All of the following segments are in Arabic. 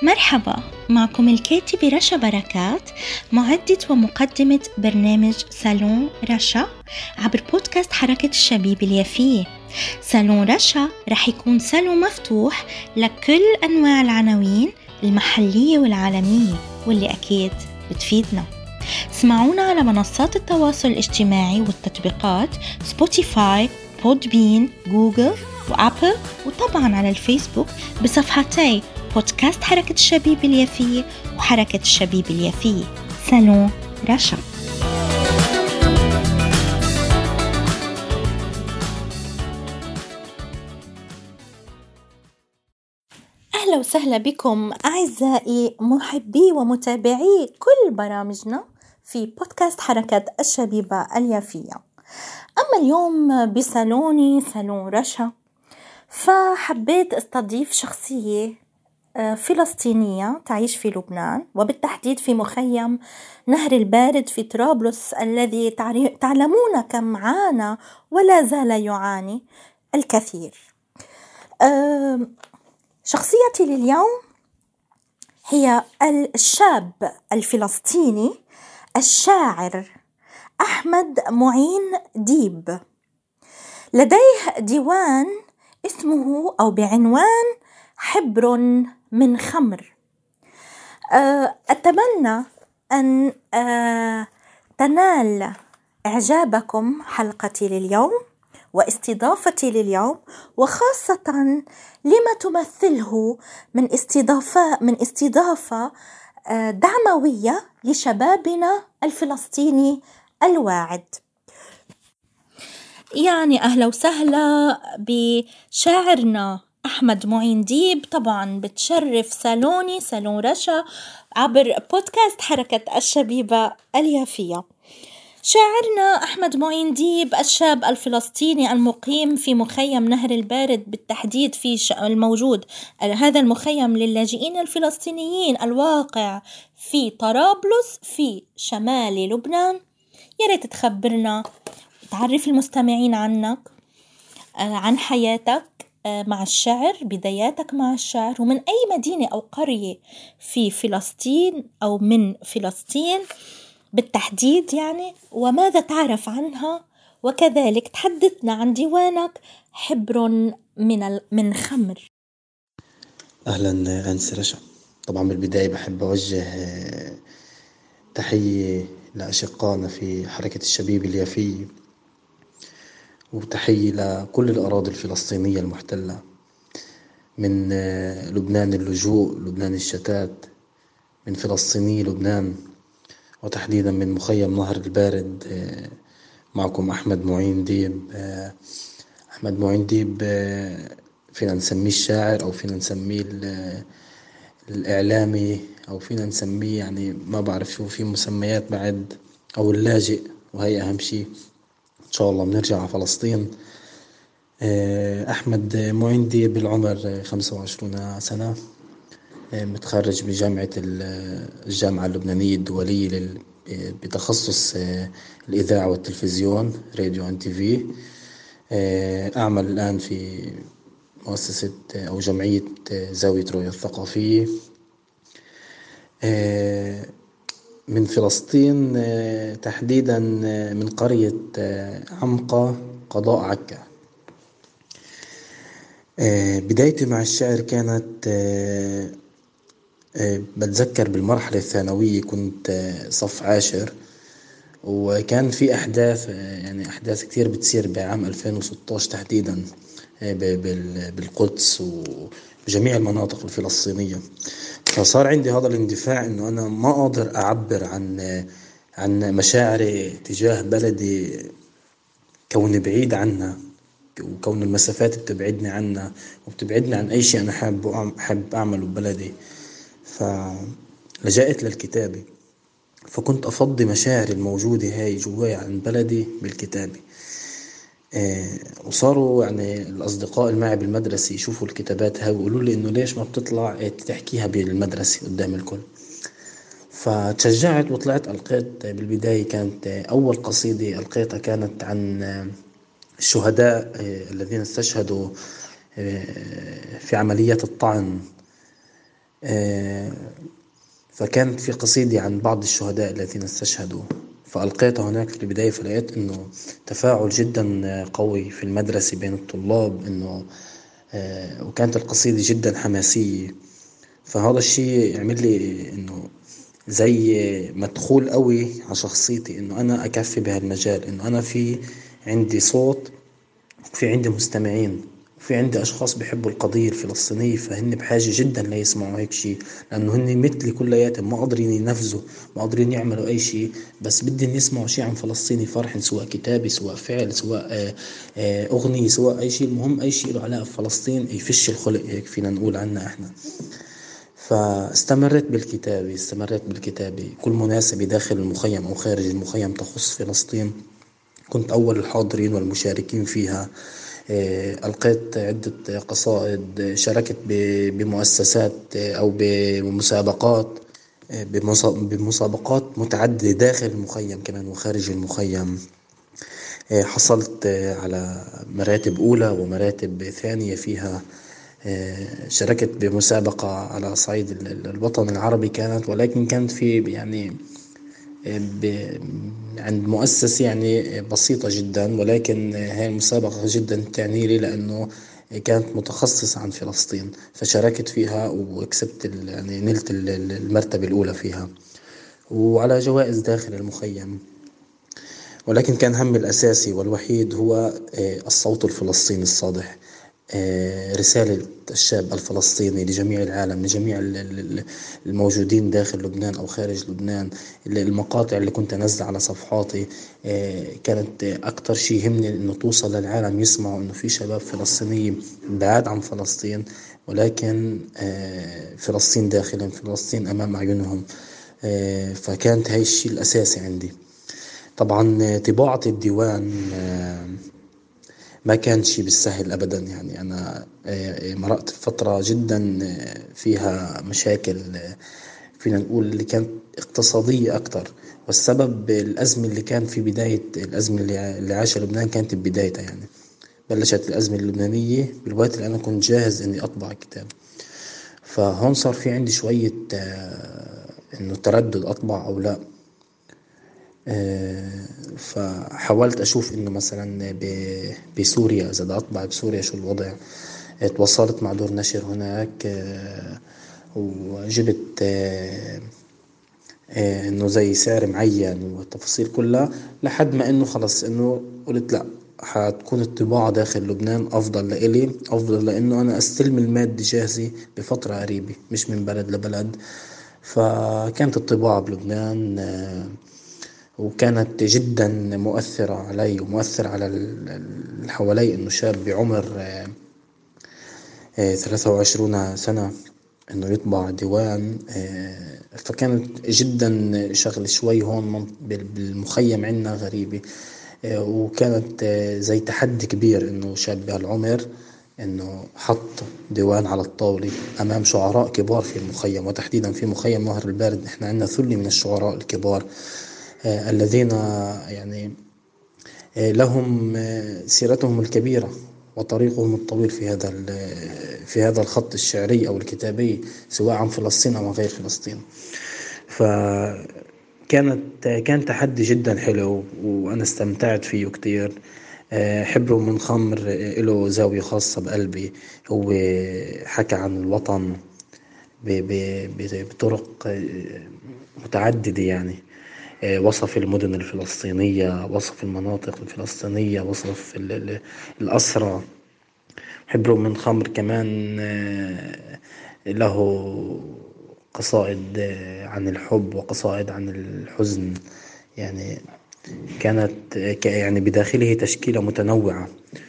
مرحبا، معكم الكاتبة رشا بركات، معدة ومقدمة برنامج صالون رشا عبر بودكاست حركة الشبيب اليافية. صالون رشا رح يكون صالون مفتوح لكل أنواع العناوين المحلية والعالمية واللي أكيد بتفيدنا. اسمعونا على منصات التواصل الاجتماعي والتطبيقات سبوتيفاي، بودبين، جوجل وأبل، وطبعا على الفيسبوك بصفحتي بودكاست حركة الشبيب اليافية وحركة الشبيب اليافية. صالون رشا. أهلا وسهلا بكم أعزائي محبي ومتابعي كل برامجنا في بودكاست حركة الشبيبة اليافية. أما اليوم بصالوني صالون رشا، فحبيت استضيف شخصية فلسطينية تعيش في لبنان، وبالتحديد في مخيم نهر البارد في طرابلس الذي تعلمون كم عانى ولا زال يعاني الكثير. شخصيتي لليوم هي الشاب الفلسطيني الشاعر أحمد معين ديب. لديه ديوان اسمه أو بعنوان حبر من خمر. أتمنى أن تنال إعجابكم حلقتي لليوم واستضافتي لليوم، وخاصة لما تمثله من استضافة دعموية لشبابنا الفلسطيني الواعد. يعني أهلا وسهلا بشاعرنا أحمد معين ديب. طبعا بتشرف صالوني صالون رشا عبر بودكاست حركة الشبيبة اليافية. شاعرنا أحمد معين ديب الشاب الفلسطيني المقيم في مخيم نهر البارد، بالتحديد في الموجود هذا المخيم للاجئين الفلسطينيين الواقع في طرابلس في شمال لبنان. يا ريت تخبرنا، تعرف المستمعين عنك، عن حياتك مع الشعر، بداياتك مع الشعر، ومن أي مدينة أو قرية في فلسطين أو من فلسطين بالتحديد يعني، وماذا تعرف عنها، وكذلك تحدثنا عن ديوانك حبر من خمر. أهلا أنسة رشا. طبعا بالبداية بحب أوجه تحية لأشقائنا في حركة الشبيب اليافية، وتحية لكل الأراضي الفلسطينية المحتلة، من لبنان اللجوء، لبنان الشتات، من فلسطيني لبنان، وتحديدا من مخيم نهر البارد. معكم أحمد معين ديب. أحمد معين ديب فينا نسميه الشاعر، أو فينا نسميه الإعلامي، أو فينا نسميه يعني ما بعرف شو في مسميات بعد، أو اللاجئ، وهي أهم شيء. إن شاء الله بنرجع على فلسطين. أحمد معين ديب بالعمر 25 سنة، متخرج بجامعة الجامعة اللبنانية الدولية بتخصص الإذاعة والتلفزيون، راديو أند تي في. أعمل الآن في مؤسسة أو جمعية زاوية رؤية الثقافية من فلسطين، تحديدا من قرية عمقة قضاء عكا. بدايتي مع الشعر كانت بتذكر بالمرحلة الثانوية، كنت صف 10، وكان في أحداث يعني أحداث كتير بتصير بعام 2016 تحديدا بالقدس وبجميع المناطق الفلسطينية. فصار عندي هذا الاندفاع إنه أنا ما أقدر أعبر عن مشاعري تجاه بلدي، كوني بعيد عنها، وكون المسافات بتبعدني عنها وبتبعدني عن أي شيء أنا حابب أعمله ببلدي. فلجأت للكتابة، فكنت أفضي مشاعري الموجودة هاي جواي عن بلدي بالكتابة. وصاروا يعني الأصدقاء المعي بالمدرسة يشوفوا الكتابات هاي ويقولوا لي إنه ليش ما بتطلع تحكيها بالمدرسة قدام الكل. فتشجعت وطلعت ألقيت. بالبداية كانت أول قصيدة ألقيتها كانت عن الشهداء الذين استشهدوا في عمليات الطعن فكانت في قصيدة عن بعض الشهداء الذين استشهدوا، فألقيتها هناك في البداية، فلقيت إنه تفاعل جدا قوي في المدرسة بين الطلاب، إنه وكانت القصيدة جدا حماسية. فهذا الشيء يعمل لي إنه زي مدخول قوي على شخصيتي، إنه أنا أكفي بهالمجال، إنه أنا في عندي صوت، في عندي مستمعين، في عندي أشخاص بيحبوا القضية الفلسطينية، فهن بحاجة جدا ليسمعوا هيك شيء، لأنه هن مثلي كلياتهم ما قادرين ينفذوا، ما قادرين يعملوا أي شيء، بس بدهم يسمعوا شيء عن فلسطين يفرحن، سواء كتابي، سواء فعل، سواء أغنية، سواء أي شيء، المهم أي شيء له علاقة بفلسطين يفش الخلق، هيك فينا نقول عنا إحنا. فاستمريت بالكتابة كل مناسبة داخل المخيم أو خارج المخيم تخص فلسطين، كنت أول الحاضرين والمشاركين فيها. ألقيت عدة قصائد، شاركت بمؤسسات أو بمسابقات متعددة داخل المخيم كمان وخارج المخيم. حصلت على مراتب أولى ومراتب ثانية فيها. شاركت بمسابقة على صعيد الوطن العربي كانت، ولكن كانت في يعني عند مؤسسة يعني بسيطة جدا، ولكن هاي المسابقة جدا تعني لي لأنه كانت متخصصة عن فلسطين، فشاركت فيها وكسبت يعني نلت المرتبة الأولى فيها، وعلى جوائز داخل المخيم. ولكن كان همي الأساسي والوحيد هو الصوت الفلسطيني الصادح، رسالة الشاب الفلسطيني لجميع العالم، لجميع الموجودين داخل لبنان أو خارج لبنان. المقاطع اللي كنت أنزل على صفحاتي كانت أكتر شيء يهمني إنه توصل للعالم، يسمعوا إنه في شباب فلسطينيين بعاد عن فلسطين، ولكن فلسطين داخلهم، فلسطين أمام أعينهم. فكانت هاي الشيء الأساسي عندي. طبعا طباعة الديوان ما كان شيء بالسهل أبدا، يعني أنا مرقت فترة جدا فيها مشاكل، فينا نقول اللي كانت اقتصادية أكتر، والسبب الأزمة اللي كان في بداية الأزمة اللي عاشها لبنان كانت ببدايتها. يعني بلشت الأزمة اللبنانية بالوقت اللي أنا كنت جاهز إني أطبع كتاب، فهون صار في عندي شوية إنه تردد أطبع أو لا. فحاولت أشوف إنه مثلا بسوريا إذا بدي أطبع بسوريا شو الوضع. تواصلت مع دور نشر هناك، وجبت إنه زي سعر معين والتفاصيل كلها، لحد ما إنه خلص إنه قلت لأ، حتكون الطباعة داخل لبنان أفضل لإلي، أفضل لأنه أنا أستلم المادة جاهزة بفترة قريبة، مش من بلد لبلد. فكانت الطباعة بلبنان وكانت جدا مؤثرة علي ومؤثر على اللي حوالي، إنه شاب بعمر 23 سنة إنه يطبع ديوان. فكانت جدا شغل شوي هون بالمخيم عنا غريبة. وكانت زي تحدي كبير إنه شاب بهالعمر إنه حط ديوان على الطاولة أمام شعراء كبار في المخيم، وتحديدا في مخيم نهر البرد إحنا عندنا ثلة من الشعراء الكبار الذين يعني لهم سيرتهم الكبيرة وطريقهم الطويل في هذا الخط الشعري أو الكتابي، سواء عن فلسطين أو غير فلسطين. كان تحدي جدا حلو وأنا استمتعت فيه كتير. حبر من خمر له زاوية خاصة بقلبي. هو حكى عن الوطن بطرق متعددة، يعني وصف المدن الفلسطينية، وصف المناطق الفلسطينية، وصف الأسرى. حبر من خمر كمان له قصائد عن الحب وقصائد عن الحزن، يعني كانت يعني بداخله تشكيلة متنوعة.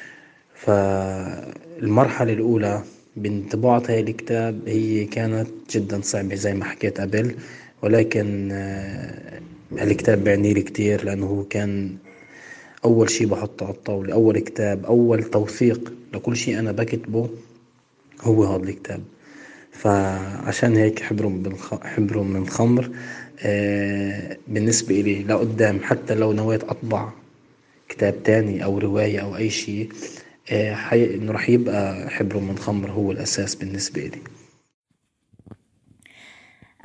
فالمرحلة الأولى من طباعة هاي الكتاب هي كانت جدا صعبة زي ما حكيت قبل، ولكن هالكتاب بعني لي كتير، لأنه هو كان أول شي بحطه على الطاولة، أول كتاب، أول توثيق لكل شي أنا بكتبه هو هذا الكتاب. فعشان هيك حبر من خمر بالنسبة إلي لقدام، حتى لو نويت أطبع كتاب تاني أو رواية أو أي شيء، إنه رح يبقى حبر من خمر هو الأساس بالنسبة لي.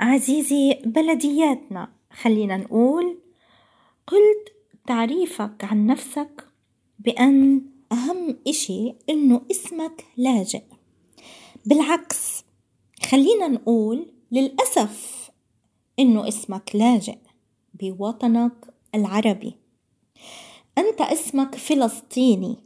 عزيزي بلدياتنا، خلينا نقول قلت تعريفك عن نفسك بأن أهم إشي إنه اسمك لاجئ. بالعكس، خلينا نقول للأسف إنه اسمك لاجئ بوطنك العربي. أنت اسمك فلسطيني،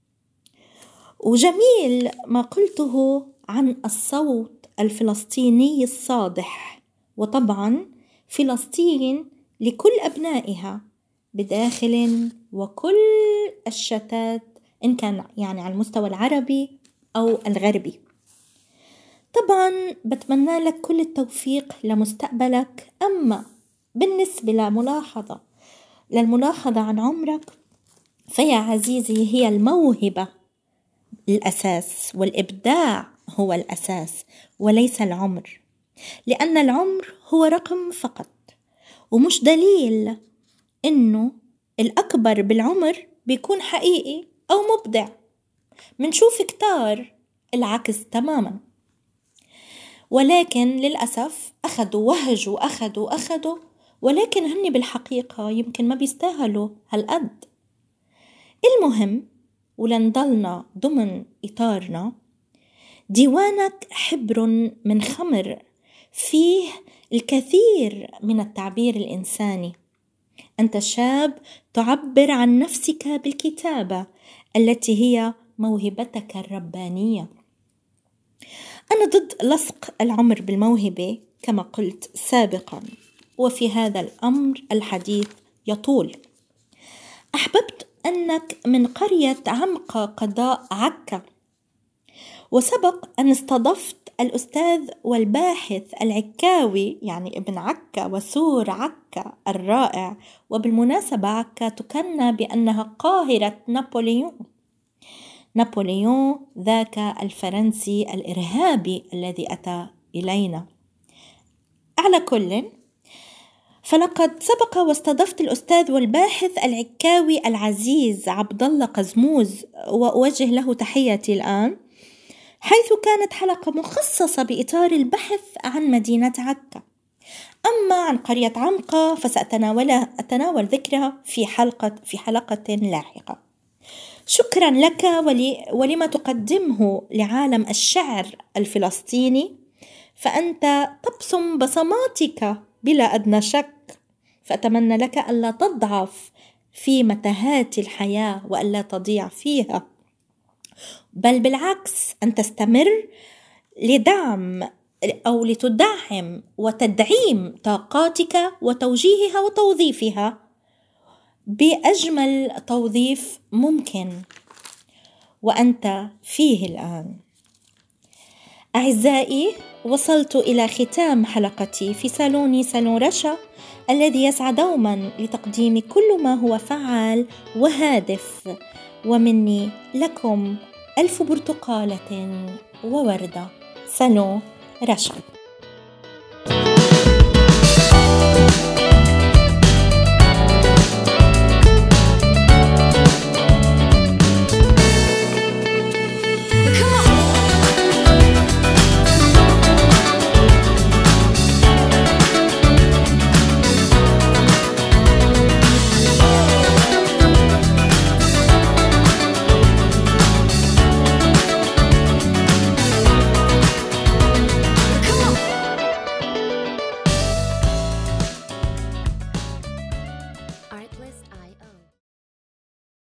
وجميل ما قلته عن الصوت الفلسطيني الصادح. وطبعا فلسطين لكل أبنائها بداخل وكل الشتات، إن كان يعني على المستوى العربي أو الغربي. طبعا بتمنى لك كل التوفيق لمستقبلك. أما بالنسبة للملاحظة عن عمرك، فيا عزيزي هي الموهبة الأساس، والإبداع هو الأساس وليس العمر، لأن العمر هو رقم فقط، ومش دليل إنه الأكبر بالعمر بيكون حقيقي أو مبدع. منشوف كتار العكس تماما، ولكن للأسف أخذوا، ولكن هني بالحقيقة يمكن ما بيستاهلوا هالقد. المهم، ولنضلنا ضمن إطارنا، ديوانك حبر من خمر فيه الكثير من التعبير الإنساني. أنت شاب تعبر عن نفسك بالكتابة التي هي موهبتك الربانية. أنا ضد لصق العمر بالموهبة كما قلت سابقا، وفي هذا الأمر الحديث يطول. أحببت أنك من قرية عمقة قضاء عكا، وسبق أن استضفت الأستاذ والباحث العكاوي، يعني ابن عكا وسور عكا الرائع. وبالمناسبة عكا تكنى بأنها قاهرة نابليون ذاك الفرنسي الإرهابي الذي أتى إلينا. على كل، فلقد سبق واستضفت الأستاذ والباحث العكاوي العزيز عبد الله قزموز، وأوجه له تحياتي الآن، حيث كانت حلقة مخصصة بإطار البحث عن مدينة عكا. أما عن قرية عمقة فسأتناول ذكرها في حلقة لاحقة. شكرا لك ولما تقدمه لعالم الشعر الفلسطيني، فأنت تبصم بصماتك بلا أدنى شك. فأتمنى لك ألا تضعف في متاهات الحياة وألا تضيع فيها، بل بالعكس أن تستمر لدعم أو لتدعم وتدعيم طاقاتك وتوجيهها وتوظيفها بأجمل توظيف ممكن، وأنت فيه الآن. أعزائي، وصلت إلى ختام حلقتي في صالون رشا، الذي يسعى دوما لتقديم كل ما هو فعال وهادف. ومني لكم 1000 برتقالة ووردة. صالون رشا.